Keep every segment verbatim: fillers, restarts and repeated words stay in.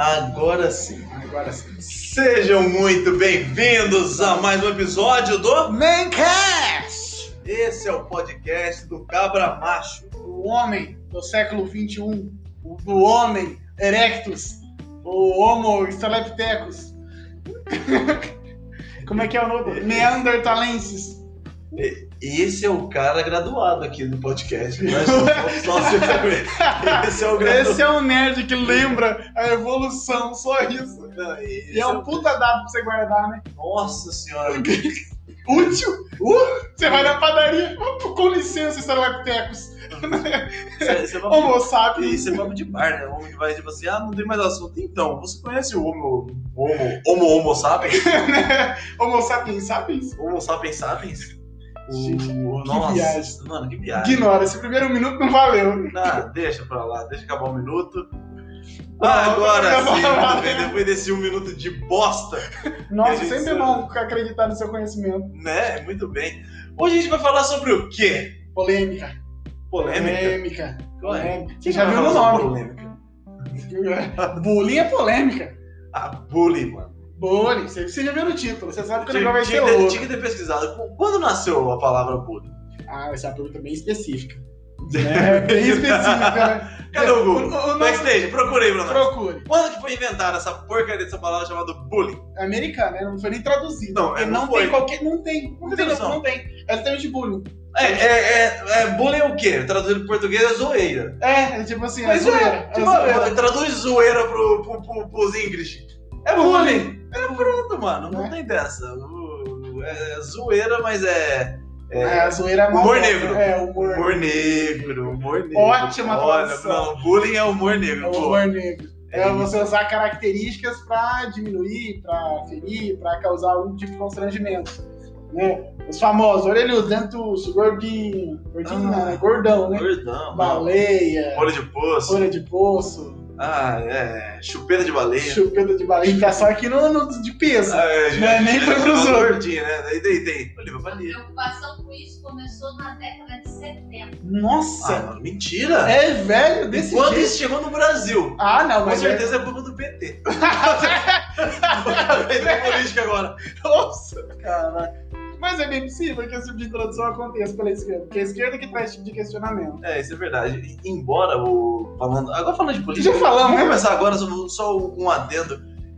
Agora sim. Agora sim. Sejam muito bem-vindos a mais um episódio do Mancast! Esse é o podcast do Cabra Macho. O homem do século vinte e um, o do homem erectus, o homo estaleptecus. Como é que é o nome? Neandertalensis. Esse é o cara graduado aqui do podcast. Nós somos só Esse é o graduado. Esse é o nerd que lembra a evolução, só isso. Não, E é um puta dado pra você guardar, né? Nossa senhora. Útil? Uh, você vai na padaria. Com licença, estaleptecus. Você vai Homo sapiens. Isso é papo de bar, né? O homem vai tipo assim, ah, não tem mais assunto. Então, você conhece o Homo Homo Homo, homo sapiens? Homo sapiens sapiens? Homo sapiens sapiens? Gente, o... que Nossa, viagem. Mano, que viagem. Ignora, esse primeiro minuto não valeu. Ah, deixa pra lá, deixa acabar um minuto. Ah, Agora não, sim, não, não, muito bem, depois desse um minuto de bosta. Nossa, gente sempre é sabe. bom acreditar no seu conhecimento. Né? Muito bem. Hoje a gente vai falar sobre o quê? Polêmica. Polêmica? Polêmica. Qual é? Polêmica. Quem Você já vai viu no falar sobre nome. polêmica? Bullying é polêmica. Ah, bullying, mano. Bullying. Você você já viu no título. Você sabe que o Tinha, negócio vai ser tinha, que ter, louco. tinha que ter pesquisado. Quando nasceu a palavra bullying? Ah, essa é uma pergunta bem específica. É, bem específica, né? Cadê o Google? O- o nosso- Backstage, procurei pra nós. Procure. Quando que foi inventada essa porcaria dessa palavra chamada bullying? É americana, né? Não foi nem traduzido. Não, Porque é, não não, foi. tem qualquer. Não tem. Não, Não tem, tem noção. não tem. É literalmente bullying. É, é, é, é bullying é o quê? Traduzido em português é zoeira. É, é tipo assim, é Mas zoeira. é, É tipo, zoeira. traduz zoeira pro, pro, pro, pros English. É bullying. É pronto, mano. Não É. tem dessa. O- É zoeira, mas é. É, a zoeira é Humor maldosa. negro. É, humor. Humor negro, humor negro. Ótima Olha, tradução. não, bullying é humor negro. É o pô. humor negro. É É você usar características pra diminuir, pra ferir, pra causar algum tipo de constrangimento. Né? Os famosos, orelhudo, dentuço, gordinho, gordinho Ah. não, né? Gordão, né? Gordão. Baleia, Olho de poço. folha de poço, Ah, é. Chupeta de baleia. chupeta de baleia, tá só aqui no, no de peso. Ah, é, Não é nem foi pros é outros. gordinho, né? Daí, daí tem. Oliva A Baleia. preocupação com isso começou na década de setenta. Nossa, Ah, mano, mentira. é velho desse Quando jeito. isso chegou no Brasil? Ah, não, Com mas certeza é culpa do P T. É política agora. É... Nossa, cara. Mas é bem possível que esse tipo de introdução aconteça pela esquerda, porque é a esquerda que traz esse tipo de questionamento. É, isso é verdade. E- Embora o. Falando, agora falando de política. Já falamos, Vamos né? começar agora só, só um adendo.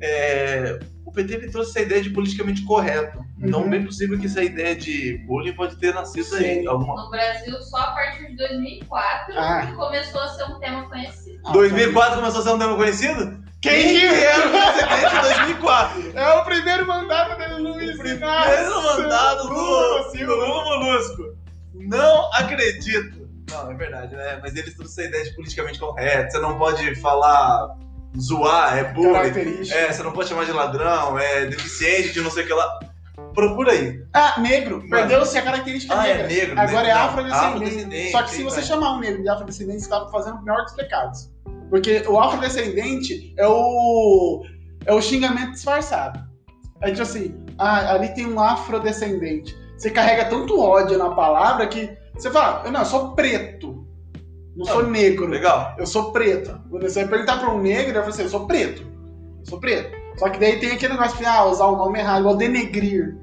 É, o P T ele trouxe essa ideia de politicamente correto. Então, Uhum. bem possível que essa ideia de bullying pode ter nascido Sim. aí. Alguma... No Brasil, só a partir de dois mil e quatro Ah. que começou a ser um tema conhecido. dois mil e quatro começou a ser um tema conhecido? Quem que era o presidente de dois mil e quatro? É o primeiro mandato dele, Luiz Inácio. Primeiro mandado do Lula do Silva. Lula Molusco. Não acredito. Não, é verdade, né? Mas eles trouxeram essa ideia de politicamente correto. Você não pode falar, zoar, é bullying. Característica. É, você não pode chamar de ladrão, é deficiente, de não sei o que lá. Procura aí. Ah, negro. Mano. Perdeu-se a característica Ah, é negra. negro, Agora negro, é não. afrodescendente. Afrodescendente, Só que se sim, você vai. chamar um negro de afrodescendente, você está fazendo o pior dos pecados. Porque o afrodescendente é o, é o xingamento disfarçado. É tipo assim, ah, ali tem um afrodescendente. Você carrega tanto ódio na palavra que você fala, não, eu sou preto. Não sou Ah, negro. Legal. Eu sou preto. Quando você vai perguntar pra um negro, ele vai falar assim, eu sou preto. Eu sou preto. Só que daí tem aquele negócio de ah, usar o nome errado, igual denegrir.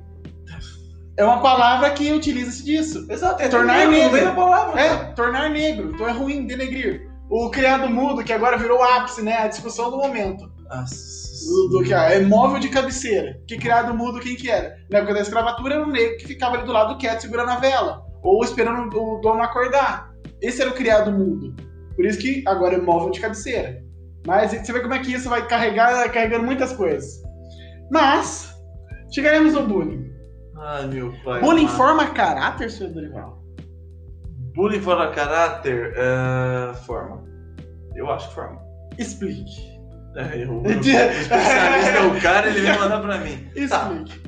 É uma palavra que utiliza-se disso. Exato. É Tornar negro, negro. no meio da palavra. É, tornar negro. Então é ruim, denegrir. O criado mudo, que agora virou o ápice, né? A discussão do momento. Nossa. Do, do que ah, é móvel de cabeceira. Que criado mudo quem que era? Na época da escravatura era um negro que ficava ali do lado quieto, segurando a vela. Ou esperando o dono acordar. Esse era o criado mudo. Por isso que agora é móvel de cabeceira. Mas você vê como é que isso vai carregar, carregando muitas coisas. Mas, chegaremos no bullying. Ai, meu pai. Bullying amado. forma caráter, senhor Dorival? Bullying fora caráter? É, forma. Eu acho que forma. Explique. É, eu, o especialista é o cara, ele vem mandar pra mim. Tá, Explique.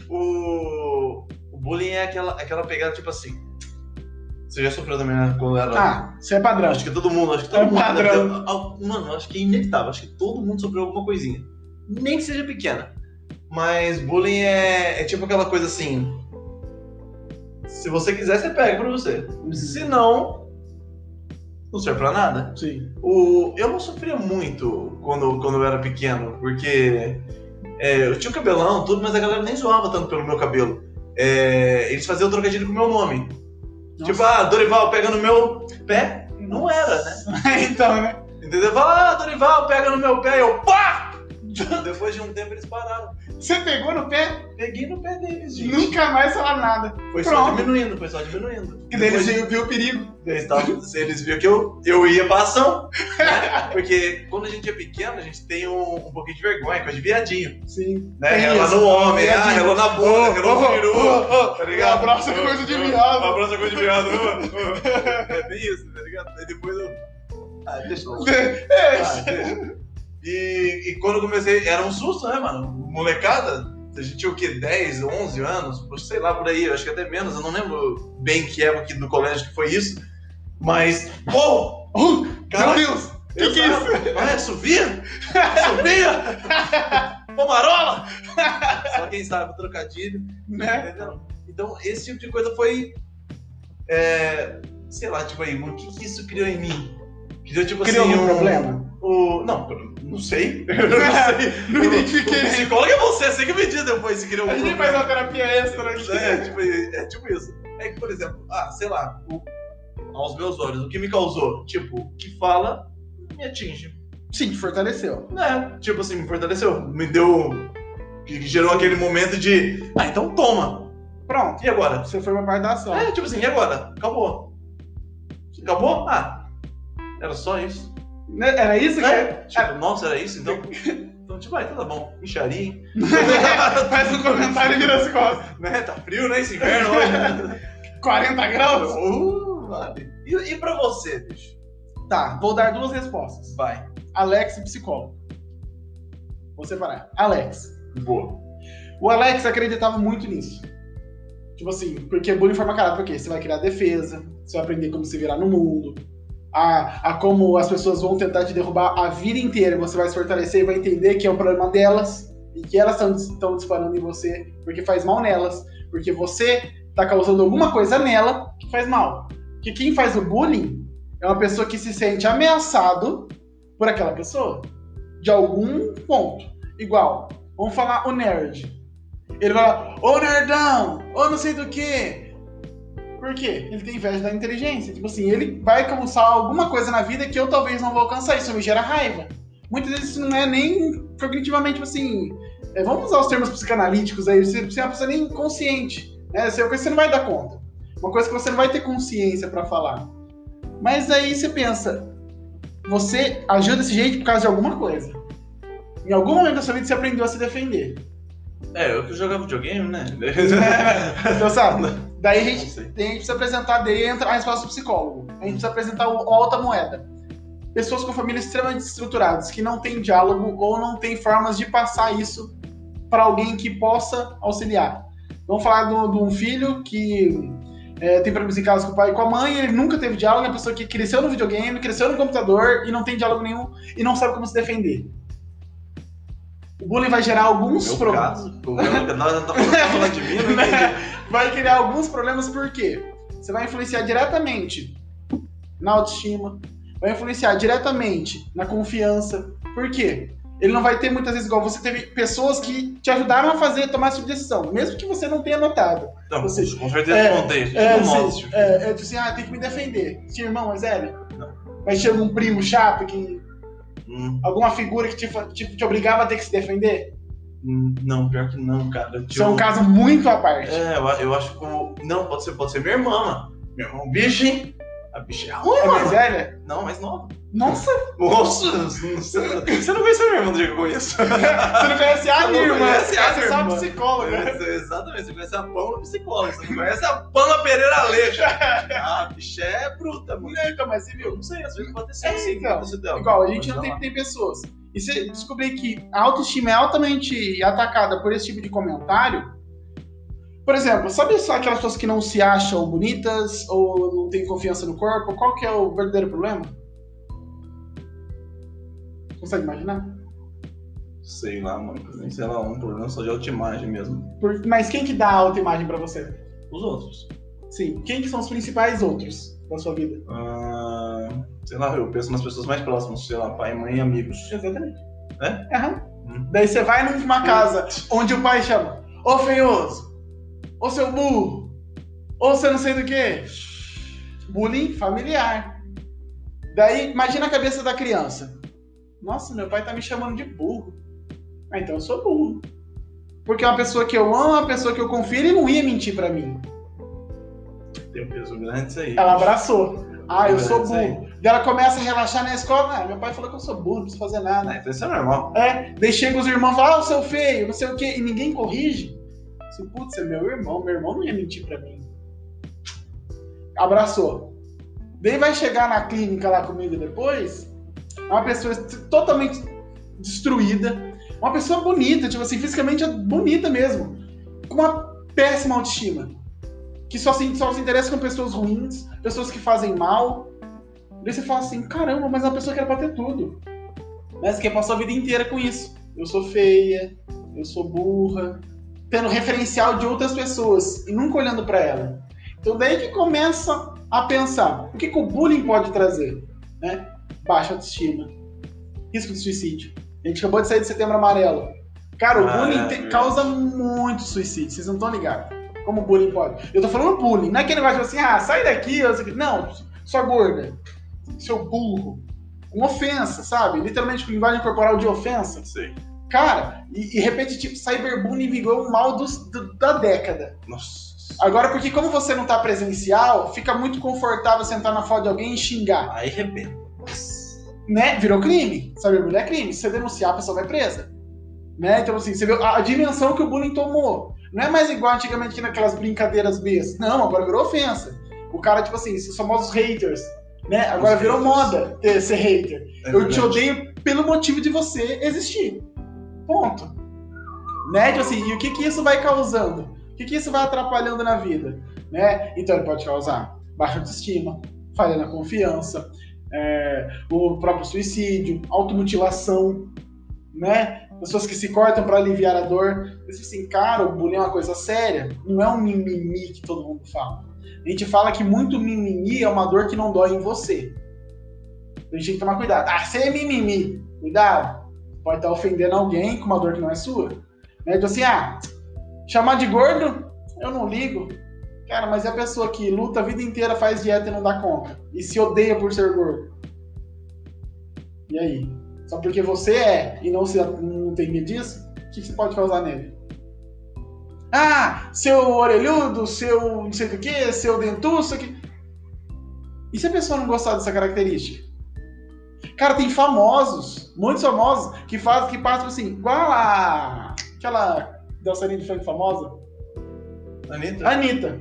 o, o bullying é aquela, aquela pegada tipo assim. Você já sofreu também, né? Quando era. Ah, isso é padrão. Acho que todo mundo, acho que todo É mundo. deve padrão. ter- al- Mano, acho que é inevitável. Acho que todo mundo sofreu alguma coisinha. Nem que seja pequena. Mas bullying é, é tipo aquela coisa assim. Se você quiser, você pega pra você. Se não, não serve pra nada. Sim. O, eu não sofria muito quando, quando eu era pequeno, porque é, eu tinha um cabelão, tudo, mas a galera nem zoava tanto pelo meu cabelo. É, eles faziam trocadilho com o meu nome. Nossa. Tipo, ah, Dorival pega no meu pé. Não era, né? Então, né? Entendeu? Fala, ah, Dorival pega no meu pé. E eu, pá! Depois de um tempo eles pararam. Você pegou no pé? Peguei no pé deles, gente. Nunca mais falaram nada. Foi só Pronto. diminuindo, foi só diminuindo. Que daí eles Depois viram, viram o perigo. Eles, tavam, eles viram que eu, eu ia pra ação, né? Porque quando a gente é pequeno, a gente tem um, um pouquinho de vergonha, coisa de viadinho. Sim. Né? Tem Rela isso. no homem, ah, Viadinho. relou na bunda, Oh, relou no oh, peru, oh, oh. tá ligado? Abraça Oh, coisa de oh, viado. Abraça coisa de viado. oh, oh. É bem isso, tá ligado? Aí depois eu... Ah, deixa eu... É, Ah, deixa. E, e quando eu comecei, era um susto, né, mano? Molecada, a gente tinha o quê? dez, onze anos? Sei lá, por aí, eu acho que até menos, eu não lembro bem que época aqui do colégio que foi isso. Mas, pô! Oh, Caraca, meu Deus! Que que é isso? Ah, é, subia? Subia? Pomarola? Só quem sabe o trocadilho, Né? entendeu? Então, esse tipo de coisa foi, é, sei lá, tipo aí, o que que isso criou em mim? Criou, tipo Criou assim, algum um... problema? O... Não, não sei. Eu não sei. Não identifiquei. O psicólogo é você, você que me diz depois se criou um A gente problema. faz uma terapia extra aqui. É, tipo, é tipo isso. É que, por exemplo, ah, sei lá, o, aos meus olhos, o que me causou? Tipo, o que fala me atinge. Sim, fortaleceu. Né? Tipo assim, me fortaleceu. Me deu. Que gerou aquele momento de. Ah, então toma. Pronto. E agora? Você foi uma parte da ação. É, tipo assim, e agora? Acabou. Acabou? Ah, era só isso. Né? Era isso que É, é? tipo, nossa, era isso? Então, então tipo, ah, então tá bom. Micharia, hein? Faz um comentário e vira as costas. Né? Tá frio, né? Esse inverno hoje. quarenta graus? Uh, vale. E, e pra você, bicho? Tá, vou dar duas respostas. Vai. Alex e psicólogo. Vou separar. Alex. Boa. O Alex acreditava muito nisso. Tipo assim, porque bullying forma caráter, porque você vai criar defesa, você vai aprender como se virar no mundo, a, a como as pessoas vão tentar te derrubar a vida inteira, você vai se fortalecer e vai entender que é um problema delas, e que elas estão disparando em você, porque faz mal nelas, porque você está causando alguma coisa nela que faz mal. Porque quem faz o bullying é uma pessoa que se sente ameaçado por aquela pessoa, de algum ponto. Igual, vamos falar o nerd. Ele vai lá, ô nerdão, ô não sei do que. Por quê? Ele tem inveja da inteligência. Tipo assim, ele vai alcançar alguma coisa na vida que eu talvez não vou alcançar. Isso me gera raiva. Muitas vezes isso não é nem cognitivamente, tipo assim... É, vamos usar os termos psicanalíticos aí. Você, você é uma pessoa nem consciente. Né? Isso é uma coisa que você não vai dar conta. Uma coisa que você não vai ter consciência pra falar. Mas aí você pensa... Você agiu desse jeito por causa de alguma coisa. Em algum momento da sua vida você aprendeu a se defender. É, eu que jogava videogame, né? Então, sabe? Daí a gente, Não sei. daí a gente precisa apresentar, daí entra a resposta do psicólogo. A gente precisa apresentar o, a outra moeda. Pessoas com famílias extremamente estruturadas, que não têm diálogo ou não têm formas de passar isso para alguém que possa auxiliar. Vamos falar de um filho que é, tem problemas em casa com o pai e com a mãe, ele nunca teve diálogo, é uma pessoa que cresceu no videogame, cresceu no computador e não tem diálogo nenhum e não sabe como se defender. O bullying vai gerar alguns Meu problemas. caso, o meu, nós não tá falando, tá falando de mim, não entendi. Vai criar alguns problemas, por quê? Você vai influenciar diretamente na autoestima, vai influenciar diretamente na confiança. Por quê? Ele não vai ter muitas vezes, igual você teve pessoas que te ajudaram a fazer, tomar essa decisão, mesmo que você não tenha notado. Não, Você- com certeza é, contei. Isso É, não assim, mostra, tipo, é, é tipo assim, ah, tem que me defender. Tinha irmão mais velho? Não. Mas tinha algum primo chato, que, hum, alguma figura que te, fa- te, te obrigava a ter que se defender? hum, não, pior que não, cara. Isso é um caso muito à parte. É, eu, eu acho que. o- Não, pode ser, pode ser minha irmã, mano. Meu irmão, bicho, hein? A bicha é ruim, É mais mano. velha? Não, mais nova. Nossa, Nossa, você você não conhece a minha irmã do jeito que eu conheço. você não conhece a Você minha não irmã, conhece a você minha é só irmã. psicóloga. É, exatamente, você conhece a Paula psicóloga, você não conhece a Paula Pereira Aleja. Ah, a bicha é bruta, mano. Então, mas você viu? Eu não sei, às vezes pode ter sido É, assim, então, pode ter sido dela. igual, a gente Pode não tem, falar. tem pessoas. E você descobrir que a autoestima é altamente atacada por esse tipo de comentário. Por exemplo, sabe só aquelas pessoas que não se acham bonitas ou não têm confiança no corpo? Qual que é o verdadeiro problema? Consegue imaginar? Sei lá, mano. Nem sei lá, um problema só de autoimagem mesmo. Por- Mas quem que dá a autoimagem pra você? Os outros. Sim. Quem que são os principais outros da sua vida? Ah, sei lá, eu penso nas pessoas mais próximas, sei lá, pai, mãe e amigos. Exatamente. É? Aham. Hum. Daí você vai numa casa onde o pai chama, ô feioso, ô seu burro, ou você não sei do que. Bullying familiar. Daí, imagina a cabeça da criança. Nossa, meu pai tá me chamando de burro. Ah, então eu sou burro. Porque é uma pessoa que eu amo, uma pessoa que eu confio, ele não ia mentir pra mim. Tem um peso grande isso aí. Ela abraçou. Ah, eu sou Grande isso burro. Daí ela começa a relaxar na escola. Ah, meu pai falou que eu sou burro, não preciso fazer nada. Ah, então isso é normal. É, daí chega os irmãos e falam, ah, o seu feio, não sei o quê, e ninguém corrige. Assim, putz, é meu irmão, meu irmão não ia mentir pra mim. Abraçou. Daí vai chegar na clínica lá comigo depois, uma pessoa totalmente destruída, uma pessoa bonita, tipo assim, fisicamente bonita mesmo, com uma péssima autoestima, que só se, só se interessa com pessoas ruins, pessoas que fazem mal. Daí você fala assim, caramba, mas é uma pessoa que era pra ter tudo. Mas que passou a vida inteira com isso. Eu sou feia, eu sou burra, tendo referencial de outras pessoas e nunca olhando pra ela. Então daí que começa a pensar, o que, que o bullying pode trazer? Né? Baixa autoestima, risco de suicídio. A gente acabou de sair de Setembro Amarelo. Cara, o Ah, bullying é, tem, é. causa muito suicídio, vocês não estão ligados. Como o bullying pode. Eu tô falando bullying, não é aquele negócio assim, ah, sai daqui, não, sua gorda, seu burro. Com ofensa, sabe? Literalmente com linguagem corporal de ofensa. Sei. Cara, e, e repetitivo, cyberbullying virou um mal dos, do, da década. Nossa. Agora, porque como você não tá presencial, fica muito confortável sentar na foto de alguém e xingar. Aí arrebenta. Né? Virou crime. Cyberbullying é crime. Se você denunciar, a pessoa vai presa. Né? Então, assim, você vê a, a dimensão que o bullying tomou. Não é mais igual antigamente que naquelas brincadeiras bestas. Não, agora virou ofensa. O cara, tipo assim, os famosos haters. Né? Agora Os virou haters. moda ter, ser hater. É Eu verdade. te odeio pelo motivo de você existir. Ponto. Né? Tipo assim, e o que que isso vai causando? O que que isso vai atrapalhando na vida? Né? Então ele pode causar baixa autoestima, falha na confiança, é, o próprio suicídio, automutilação, né? Pessoas que se cortam para aliviar a dor. Diz assim, cara, o bullying é uma coisa séria, não é um mimimi que todo mundo fala. A gente fala que muito mimimi é uma dor que não dói em você. A gente tem que tomar cuidado. Ah, você é mimimi. Cuidado. Pode estar ofendendo alguém com uma dor que não é sua. Né? Então assim, ah, chamar de gordo, eu não ligo. Cara, mas é a pessoa que luta a vida inteira, faz dieta e não dá conta. E se odeia por ser gordo. E aí? Só porque você é e não, se, não tem medo disso, o que você pode causar nele? Ah, seu orelhudo, seu não sei o que, seu dentuço. Que... E se a pessoa não gostar dessa característica? Cara, tem famosos, muitos famosos, que fazem, que passam assim, igual a aquela dançarina de funk famosa, Anitta? Anitta.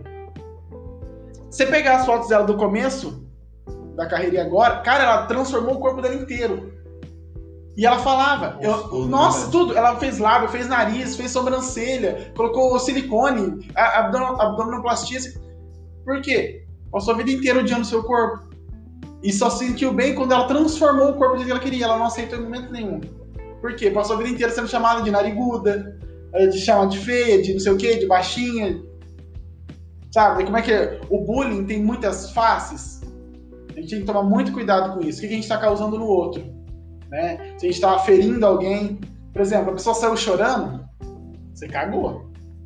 Você pegar as fotos dela do começo da carreira e agora, cara, ela transformou o corpo dela inteiro. E ela falava, Nossa, eu, tudo, nossa, né? tudo. Ela fez lábio, fez nariz, fez sobrancelha, colocou silicone, a- abdomen- abdominoplastia. assim. Por quê? Passou a vida inteira odiando o seu corpo. E só se sentiu bem quando ela transformou o corpo do jeito que ela queria. Ela não aceitou em momento nenhum. Por quê? Passou a vida inteira sendo chamada de nariguda, eh, de chamada de feia, de não sei o quê, de baixinha. Sabe? Como é que é? O bullying tem muitas faces. A gente tem que tomar muito cuidado com isso. O que a gente está causando no outro? Né? Se a gente está ferindo alguém. Por exemplo, a pessoa saiu chorando, você cagou.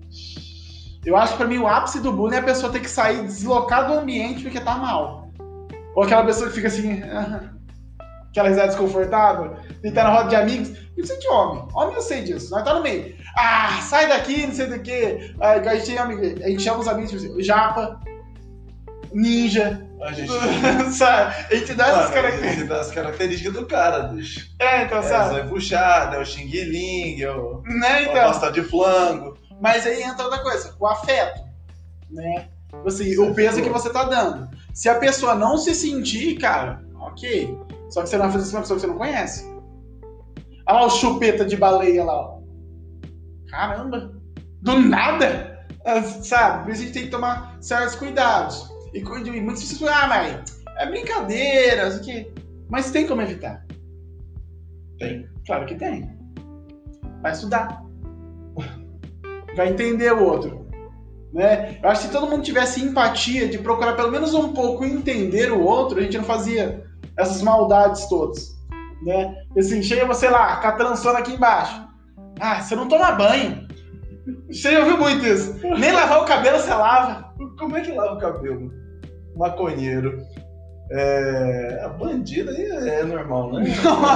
Eu acho que pra mim o ápice do bullying é a pessoa ter que sair, deslocar do ambiente porque tá mal. Ou aquela pessoa que fica assim, aquela risada desconfortável, e tá na roda de amigos. Isso de homem. Homem eu sei disso. Nós tá no meio. Ah, sai daqui, não sei do que. A gente, tem amigo, a gente chama os amigos, tipo assim, japa, ninja. A gente, Sabe? A gente dá essas Mano, a características. gente dá as características do cara, bicho. É, então, É, sabe? zóio puxado, é o xing-ling, é o, Né, o então. pastel de flango. Mas aí entra outra coisa, o afeto, né? Assim, Isso o é peso bom. que você tá dando. Se a pessoa não se sentir, cara, ok. Só que você não vai fazer isso com uma pessoa que você não conhece. Olha lá o chupeta de baleia lá, ó. Caramba! Do nada! Ah, sabe? Por isso a gente tem que tomar certos cuidados. E cu- e muitas pessoas falam, ah, mas é brincadeira, isso aqui. Mas tem como evitar? Tem. Claro que tem. Vai estudar. Vai entender o outro. Né? Eu acho que se todo mundo tivesse empatia de procurar pelo menos um pouco entender o outro, a gente não fazia essas maldades todas, né? Assim, chega você lá, com a trançona aqui embaixo. Ah, você não toma banho. Você já ouviu muito isso. Nem lavar o cabelo você lava. Como é que lava o cabelo? Maconheiro. É... A bandida aí é normal, né?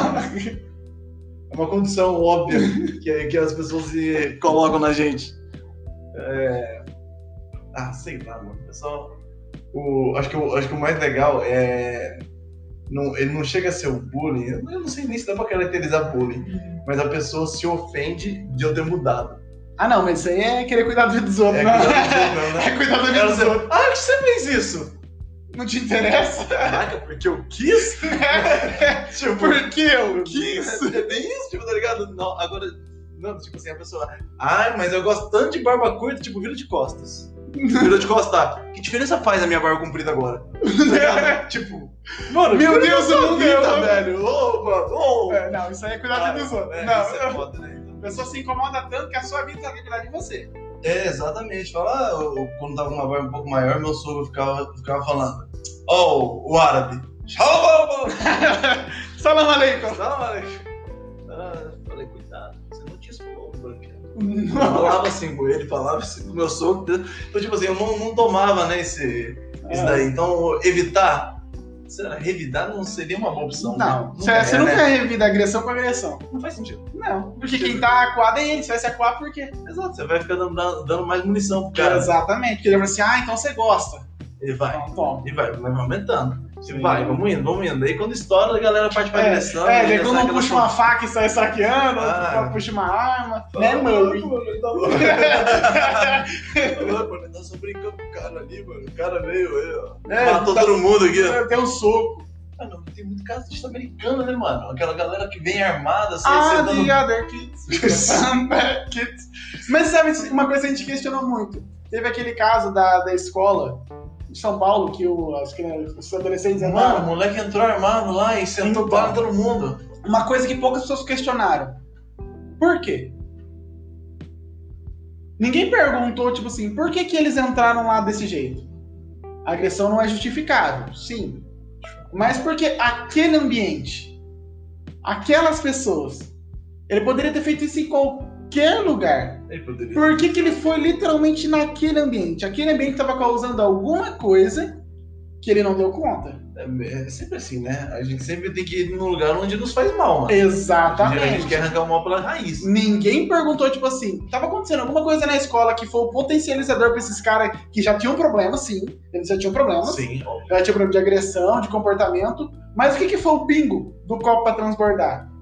É uma condição óbvia que, que as pessoas se colocam na gente. É... Ah, sei lá, mano. Pessoal, o... acho, que o... acho que o mais legal é... Não, ele não chega a ser o bullying. Eu não sei nem se dá pra caracterizar bullying. Mas a pessoa se ofende de eu ter mudado. Ah, não, mas isso aí é querer cuidar da vida dos outros, É não. cuidar dos outros, não, né? É cuidar da vida Ela dos diz, outros. ah, que você fez isso? Não te interessa? Caraca, porque eu quis? Tipo, porque eu quis? É bem isso, tipo, tá ligado? Não, agora, não, tipo assim, a pessoa, ai, mas eu gosto tanto de barba curta, tipo, vira de costas. Vira de costas, tá? Que diferença faz a minha barba comprida agora? Tá ligado? Tipo, mano, Meu cuida Deus, da eu sua não vida, deu, velho. Ô, mano, ô. É, não, isso aí é cuidar da vida dos outros. É, Não, isso é foda, né? a pessoa se incomoda tanto que a sua vida tá cuidar de você. É, exatamente. Fala, ah, eu, quando tava com uma barba um pouco maior, meu sogro ficava, ficava falando, ó, oh, o árabe. Shalom! Salam aleikum. Salam aleikum. Ah, falei, cuidado, você não tinha escovado, branqueiro. Eu falava assim com ele, falava assim com o meu sogro. Então, tipo assim, eu não, não tomava, né, esse, É. isso daí. Então, evitar, será, revidar não seria uma boa opção. Não, né? você, é, você né? nunca revida agressão com agressão. Não faz sentido. Não, porque quem tá acuado é ele, você vai se acuar por quê? Exato, você vai ficar dando, dando mais munição pro cara. Exatamente, porque ele vai assim, ah, então você gosta. Ele vai. Então, toma. E vai, vai aumentando. E Sim. vai, vamos indo, vamos indo. Aí quando estoura, a galera parte pra É, agressão. é, né, daí quando sabe um aquela puxa uma faca e sai saqueando, Ah. outro puxa uma arma, Fala, né, Murray? mano, ele tá louco. Tá louco, mano, nós estamos brincando com o cara ali, mano. O cara veio aí, ó. É, Matou tá- todo mundo aqui, ó. Tem um soco. Ah, não, tem muito caso de americano, né, mano? Aquela galera que vem armada, assim, Ah, você dando... the other kids. Other kids. Mas sabe, uma coisa que a gente questionou muito. Teve aquele caso da, da escola de São Paulo, que o, acho que, né, os adolescentes Mano, o entraram. moleque entrou armado lá e sentou Então. bala em todo mundo. Uma coisa que poucas pessoas questionaram. Por quê? Ninguém perguntou, tipo assim, por que, que eles entraram lá desse jeito? A agressão não é justificável, sim. Mas porque aquele ambiente, aquelas pessoas, ele poderia ter feito isso em qualquer lugar. Ele poderia... Por que, que ele foi literalmente naquele ambiente? Aquele ambiente estava causando alguma coisa que ele não deu conta. É, é sempre assim, né? A gente sempre tem que ir num lugar onde nos faz mal, mano. Exatamente. A gente quer arrancar o mal pela raiz. Ninguém perguntou, tipo assim, tava acontecendo alguma coisa na escola que foi o potencializador pra esses caras que já tinham problemas, sim. Eles já tinham problemas. Sim, óbvio. Já tinham problema de agressão, de comportamento. Mas o que, que foi o pingo do copo pra transbordar?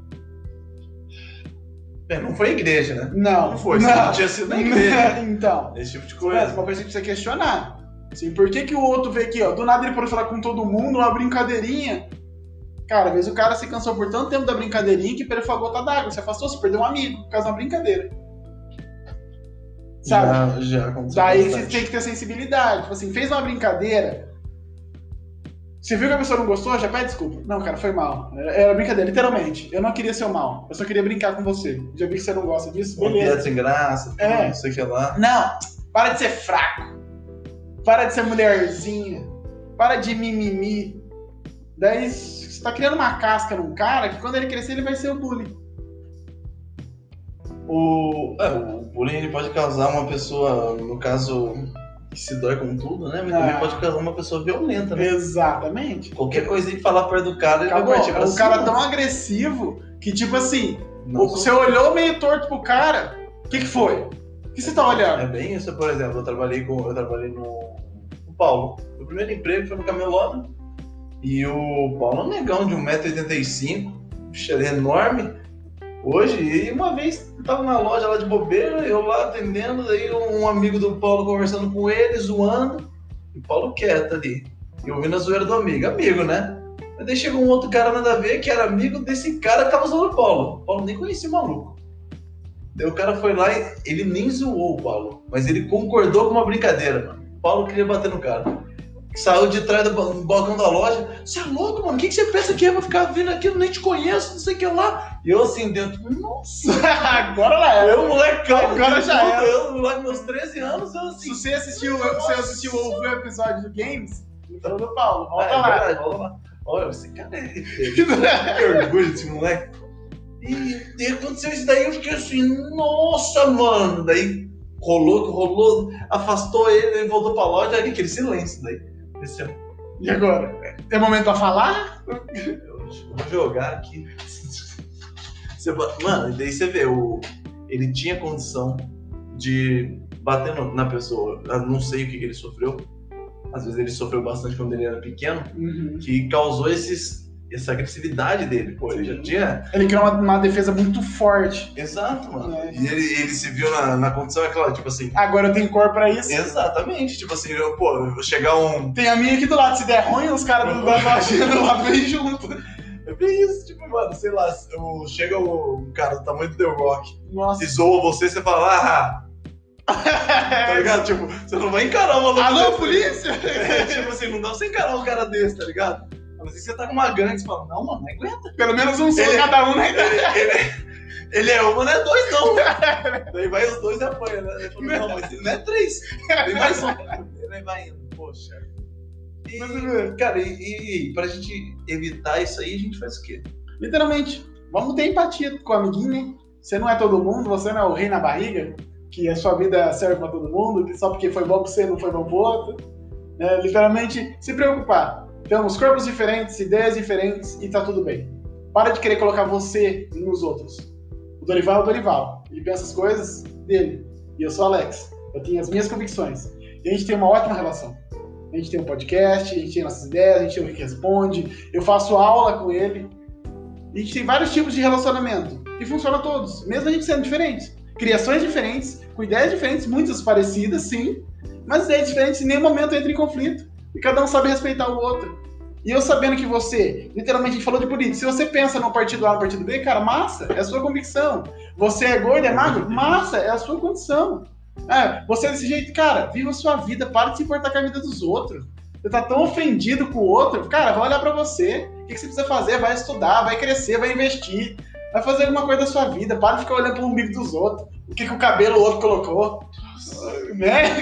É, não foi a igreja, né? Não. Não foi, não tinha sido na igreja. Então, Esse tipo de é coisa. uma coisa que precisa questionar. Assim, por que, que o outro veio aqui, ó? Do nada ele pode falar com todo mundo, uma brincadeirinha. Cara, às vezes o cara se cansou por tanto tempo da brincadeirinha que perdeu a gota d'água. Você afastou, você perdeu um amigo por causa de uma brincadeira. Sabe? Já, já aconteceu Daí você bastante. tem que ter sensibilidade. Tipo assim, fez uma brincadeira. Você viu que a pessoa não gostou? Já pede desculpa. Não, cara, foi mal. Era brincadeira, literalmente. Eu não queria ser o mal. Eu só queria brincar com você. Já vi que você não gosta disso? Uma piada Beleza. sem graça, tudo, É. não sei o que lá. Não, para de ser fraco. Para de ser mulherzinha. Para de mimimi. Daí você tá criando uma casca num cara que quando ele crescer ele vai ser o bully. O, é, o bullying ele pode causar uma pessoa, no caso, que se dói com tudo, né? Mas Ah. também pode causar uma pessoa violenta, né? Exatamente. Qualquer coisinha que falar perto do cara, ele Acabou. vai partir pra O cima. cara tão agressivo que, tipo assim, Não, você olhou meio torto pro cara, o que, que foi? O que você tá olhando? É bem isso, por exemplo, eu trabalhei com. Eu trabalhei no, no Paulo. Meu primeiro emprego foi no Camelona. E o Paulo é um negão de um metro e oitenta e cinco, bicho, ele é enorme. Hoje, e uma vez eu tava na loja lá de bobeira, eu lá atendendo, daí um amigo do Paulo conversando com ele, zoando, e o Paulo quieto ali. E ouvindo a zoeira do amigo, amigo, né? Mas daí chegou um outro cara nada a ver, que era amigo desse cara que tava zoando o Paulo. O Paulo nem conhecia o maluco. Daí o cara foi lá e ele nem zoou o Paulo, mas ele concordou com uma brincadeira, mano. O Paulo queria bater no cara. Saiu de trás do ba- do balcão da loja. Você é louco, mano? O que, que você pensa que é? Vai ficar vindo aqui, eu nem te conheço, não sei o que lá. E eu assim dentro, nossa. Agora lá é. Eu, molecão, Agora já eu, era. eu, moleque, meus treze anos, eu Se assim. você assistiu, se você assistiu ou ouviu o episódio do Games, ele falou do Paulo. Ah, Volta é lá. verdade, volta lá. Olha, esse cara é... Que orgulho desse moleque. E, e aconteceu isso daí, eu fiquei assim, nossa, mano. Daí rolou, rolou, afastou ele, ele voltou pra loja, aí aquele silêncio daí. Esse, e agora? É momento pra falar? Eu vou jogar aqui. Você, mano, daí você vê, o, ele tinha condição de bater no, na pessoa. Eu não sei o que, que ele sofreu. Às vezes ele sofreu bastante quando ele era pequeno, uhum. que causou esses, essa agressividade dele. Pô, ele já tinha... Ele criou uma, uma defesa muito forte. Exato, mano. É. E ele, ele se viu na, na condição, é claro, tipo assim... Agora eu tenho cor pra isso. Exatamente. Tipo assim, eu, pô, eu vou chegar um... Tem a minha aqui do lado, se der ruim, os caras do da vagina do lado vêm junto. É bem isso, tipo, mano, sei lá, eu, chega o um cara do tamanho do The Rock, Nossa. e zoa você, você fala, ah... Tá ligado? Tipo, você não vai encarar uma louca. Alô, polícia? É, tipo assim, não dá pra você encarar um cara desse, tá ligado? A não ser que você tá com uma gangue, você fala, não, mano, não aguenta. Pelo menos um só Ele- cada um, né? Ele, ele, ele é uma, não é dois, não. Daí vai os dois e apanha, né? Ele fala, não, mas ele não é três. Tem mais um. Ele vai indo, poxa. E, cara, e, e pra gente evitar isso aí, a gente faz o quê? Literalmente, vamos ter empatia com o amiguinho, né? Você não é todo mundo, você não é o rei na barriga, que a sua vida serve pra todo mundo, que só porque foi bom pra você não foi bom pro outro. É, literalmente, se preocupar. Temos corpos diferentes, ideias diferentes e tá tudo bem. Para de querer colocar você nos outros. O Dorival é o Dorival. Ele pensa as coisas dele. E eu sou o Alex. Eu tenho as minhas convicções. E a gente tem uma ótima relação. A gente tem um podcast, a gente tem nossas ideias, a gente tem o Rick Responde. Eu faço aula com ele. E a gente tem vários tipos de relacionamento. E funciona todos, mesmo a gente sendo diferentes. Criações diferentes, com ideias diferentes, muitas parecidas, sim. Mas ideias diferentes em nenhum momento entram em conflito. E cada um sabe respeitar o outro. E eu sabendo que você, literalmente a gente falou de política, se você pensa no partido A, no partido B, cara, massa, é a sua convicção. Você é gordo, é magro, massa, é a sua condição. É, você é desse jeito, cara, viva a sua vida, para de se importar com a vida dos outros. Você tá tão ofendido com o outro, cara, vai olhar pra você. O que você precisa fazer? Vai estudar, vai crescer, vai investir. Vai fazer alguma coisa da sua vida, para de ficar olhando pro umbigo dos outros. O que, que o cabelo o outro colocou. Né?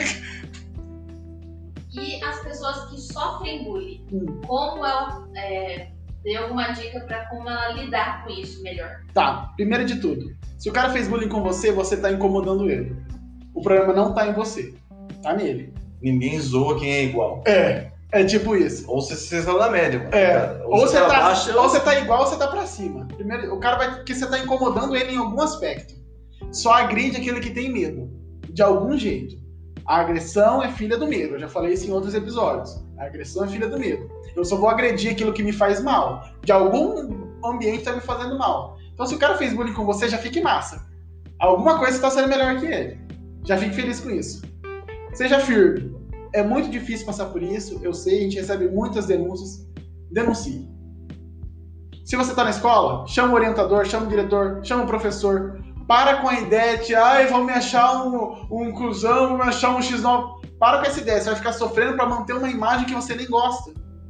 E as pessoas que sofrem bullying, Hum. como ela é, tem alguma dica pra como ela lidar com isso melhor? Tá, primeiro de tudo, se o cara fez bullying com você, você tá incomodando ele. O problema não tá em você, tá nele. Ninguém zoa quem é igual. É, é tipo isso. Ou você você está na média, mano. É, cara. ou, você tá tá, abaixo, ou você tá igual ou você tá pra cima. Primeiro, o cara vai, porque você tá incomodando ele em algum aspecto. Só agride aquele que tem medo, de algum jeito. A agressão é filha do medo, eu já falei isso em outros episódios. A agressão é filha do medo. Eu só vou agredir aquilo que me faz mal. De algum ambiente tá me fazendo mal. Então se o cara fez bullying com você, já fique massa. Alguma coisa tá sendo melhor que ele. Já fique feliz com isso. Seja firme. É muito difícil passar por isso, eu sei, a gente recebe muitas denúncias. Denuncie. Se você tá na escola, chama o orientador, chama o diretor, chama o professor. Para com a ideia de, ai, vão me achar um, um cuzão, vão me achar um xis nove. Para com essa ideia, você vai ficar sofrendo para manter uma imagem que você nem gosta.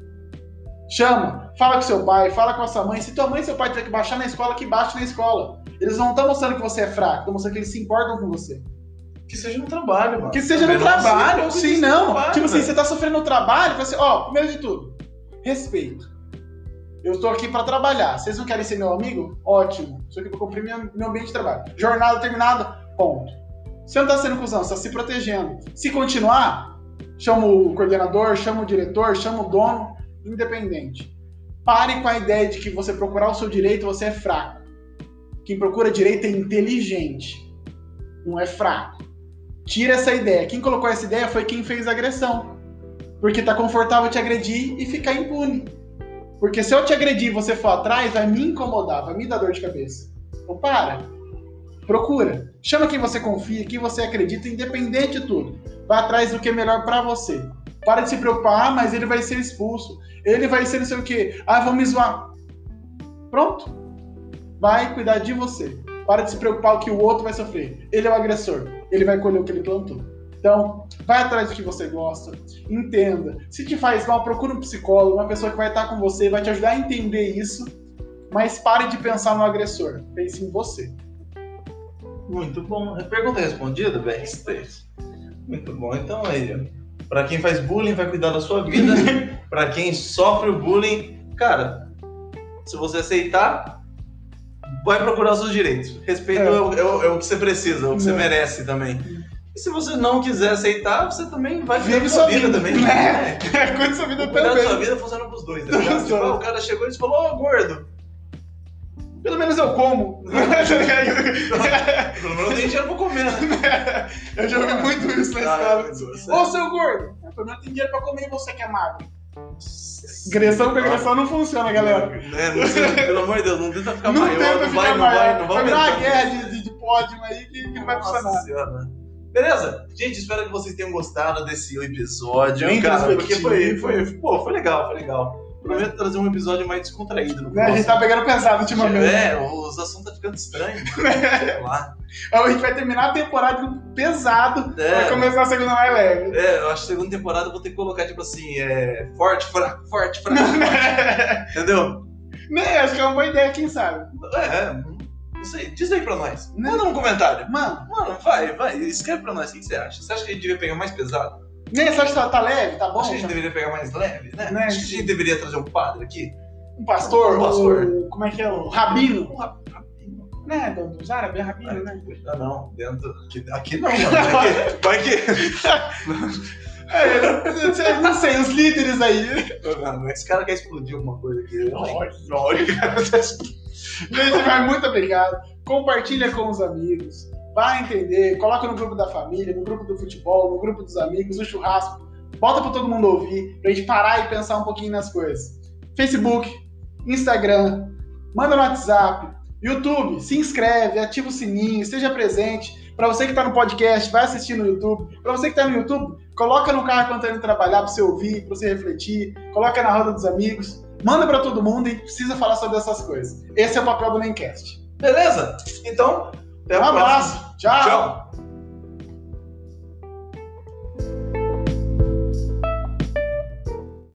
Chama, fala com seu pai, fala com a sua mãe. Se tua mãe e seu pai tiver que baixar na escola, que baixe na escola. Eles não estão mostrando que você é fraco, estão mostrando que eles se importam com você. Que seja no trabalho, mano. Que seja no Também não trabalho, seja sim, no não. trabalho, Tipo assim, velho. você tá sofrendo no trabalho, você, ó, primeiro de tudo, respeito. Eu estou aqui para trabalhar. Vocês não querem ser meu amigo? Ótimo. Estou aqui para cumprir minha, meu ambiente de trabalho. Jornada terminada, ponto. Você não está sendo cuzão, você está se protegendo. Se continuar, chama o coordenador, chama o diretor, chama o dono, independente. Pare com a ideia de que você procurar o seu direito, você é fraco. Quem procura direito é inteligente, não é fraco. Tira essa ideia. Quem colocou essa ideia foi quem fez a agressão. Porque tá confortável te agredir e ficar impune. Porque se eu te agredir e você for atrás, vai me incomodar, vai me dar dor de cabeça. Então para. Procura. Chama quem você confia, quem você acredita, independente de tudo. Vai atrás do que é melhor pra você. Para de se preocupar, ah, mas ele vai ser expulso. Ele vai ser não sei o quê. Ah, vão me zoar. Pronto. Vai cuidar de você. Para de se preocupar o que o outro vai sofrer. Ele é o agressor. Ele vai colher o que ele plantou. Então, vai atrás do que você gosta, entenda. Se te faz mal, procura um psicólogo, uma pessoa que vai estar com você, vai te ajudar a entender isso, mas pare de pensar no agressor, pense em você. Muito bom. Pergunta respondida, Backstage. Muito bom. Então aí, ó. Pra quem faz bullying, vai cuidar da sua vida. Pra quem sofre o bullying, cara, se você aceitar, vai procurar os seus direitos. Respeito é, é, o, é, o, é o que você precisa, é o que você merece também. E se você não quiser aceitar, você também vai viver sua vida, vida também. É, é cuida sua vida também. Cuidar da sua vida funciona pros dois, tá ligado? Tipo, o cara chegou e falou, ô, oh, gordo. Pelo menos eu como. Pelo menos eu tenho dinheiro pra comer, né? Eu já ouvi muito isso na escola. Ô, seu gordo, pelo menos tem dinheiro pra comer e você que é magro. Agressão com agressão não funciona, galera. É, não sei, pelo amor de Deus, não tenta ficar não maior, tenta não ficar vai, maior. não vai, não vai. Vai virar uma guerra de, de, de pódio aí que, que não vai Nossa funcionar. Senhora. Beleza? Gente, espero que vocês tenham gostado desse episódio, Bem cara, porque foi, foi, pô, foi legal, foi legal. Prometo trazer um episódio mais descontraído no né, a gente tá pegando pesado ultimamente. É, os assuntos tá ficando estranhos. Sei lá. A gente vai terminar a temporada pesado é. Vai começar a segunda mais leve. É, eu acho que a segunda temporada eu vou ter que colocar, tipo assim, é, forte, fraco, forte, fraco, forte. Entendeu? Né, acho que é uma boa ideia, quem sabe? É, não sei. Diz aí pra nós. Manda no comentário. Mano, Mano, vai, vai. Escreve pra nós. O que você acha? Você acha que a gente devia pegar mais pesado? Né, você acha que tá, tá leve? Tá bom? Acho que a gente deveria pegar mais leve, né? né? Acho que a gente deveria trazer um padre aqui. Um pastor? Um pastor. O, como é que é? O rabino? Um rabino. Né, dos árabes é rabino, né? Ah, não. Dentro... Aqui, aqui não, mano. Vai que... Vai que... É, não sei, os líderes aí. Mano, esse cara quer explodir alguma coisa aqui. Lógico, cara. Gente, vai, muito obrigado. Compartilha com os amigos. Vai entender. Coloca no grupo da família, no grupo do futebol, no grupo dos amigos, no churrasco. Bota pra todo mundo ouvir, pra gente parar e pensar um pouquinho nas coisas. Facebook, Instagram, manda no WhatsApp, YouTube, se inscreve, ativa o sininho, esteja presente. Pra você que tá no podcast, vai assistir no YouTube. Pra você que tá no YouTube, coloca no carro quando tá indo trabalhar pra você ouvir, pra você refletir. Coloca na roda dos amigos. Manda pra todo mundo e precisa falar sobre essas coisas. Esse é o papel do Nemcast. Beleza? Então, até um abraço. Tchau. Tchau.